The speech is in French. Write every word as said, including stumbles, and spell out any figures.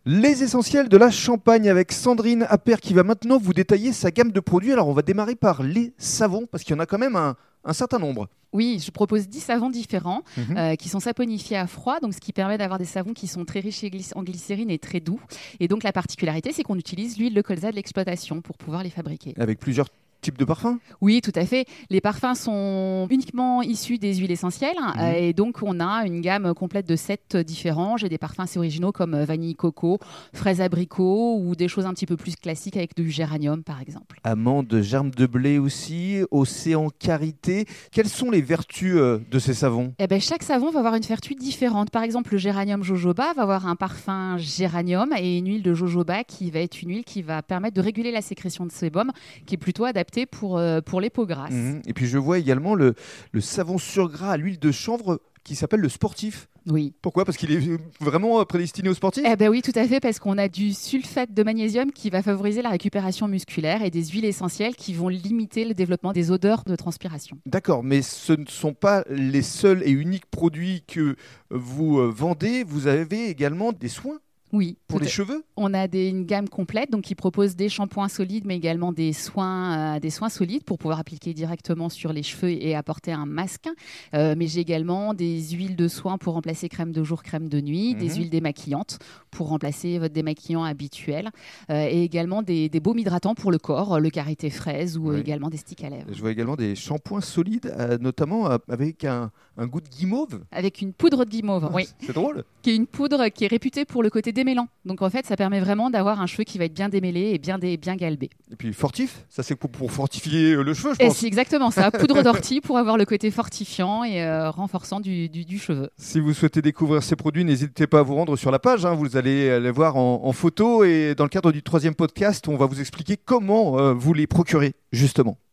Les essentiels de la Champagne avec Sandrine Appert qui va maintenant vous détailler sa gamme de produits. Alors on va démarrer par les savons parce qu'il y en a quand même un, un certain nombre. Oui, je propose dix savons différents Mmh. euh, qui sont saponifiés à froid, donc ce qui permet d'avoir des savons qui sont très riches en glycérine et très doux. Et donc la particularité, c'est qu'on utilise l'huile de colza de l'exploitation pour pouvoir les fabriquer. Avec plusieurs types de parfums. Oui, tout à fait. Les parfums sont uniquement issus des huiles essentielles Mmh. euh, et donc on a une gamme complète de sept différents. J'ai des parfums assez originaux comme vanille coco, fraise abricot ou des choses un petit peu plus classiques avec du géranium par exemple. Amande, germe de blé aussi, océan karité. Quelles sont les vertus euh, de ces savons? Eh ben, chaque savon va avoir une vertu différente. Par exemple, le géranium jojoba va avoir un parfum géranium et une huile de jojoba qui va être une huile qui va permettre de réguler la sécrétion de sébum, qui est plutôt adaptée pour, euh, pour les peaux grasses. Mmh. Et puis je vois également le, le savon sur gras à l'huile de chanvre qui s'appelle le sportif. Oui. Pourquoi? Parce qu'il est vraiment prédestiné aux sportifs? Eh ben oui, tout à fait, parce qu'on a du sulfate de magnésium qui va favoriser la récupération musculaire et des huiles essentielles qui vont limiter le développement des odeurs de transpiration. D'accord, mais ce ne sont pas les seuls et uniques produits que vous euh, vendez. Vous avez également des soins Oui. pour les peut-être. cheveux? On a des, une gamme complète donc qui propose des shampoings solides mais également des soins, euh, des soins solides pour pouvoir appliquer directement sur les cheveux et apporter un masque. Euh, mais j'ai également des huiles de soins pour remplacer crème de jour, crème de nuit, Mhm. des huiles démaquillantes pour remplacer votre démaquillant habituel euh, et également des, des baumes hydratants pour le corps, le karité fraise ou Oui. euh, également des sticks à lèvres. Je vois également des shampoings solides, euh, notamment euh, avec un, un goût de guimauve. Avec une poudre de guimauve, Ah, oui. C'est drôle. Qui est une poudre qui est réputée pour le côté démêlant. Donc en fait, ça permet vraiment d'avoir un cheveu qui va être bien démêlé et bien, dé, bien galbé. Et puis fortif, ça c'est pour, pour fortifier euh, le cheveu, je Et pense. c'est exactement ça, poudre d'ortie pour avoir le côté fortifiant et euh, renforçant du, du, du cheveu. Si vous souhaitez découvrir ces produits, n'hésitez pas à vous rendre sur la page. Hein, vous allez les voir en, en photo et dans le cadre du troisième podcast, on va vous expliquer comment euh, vous les procurer, justement.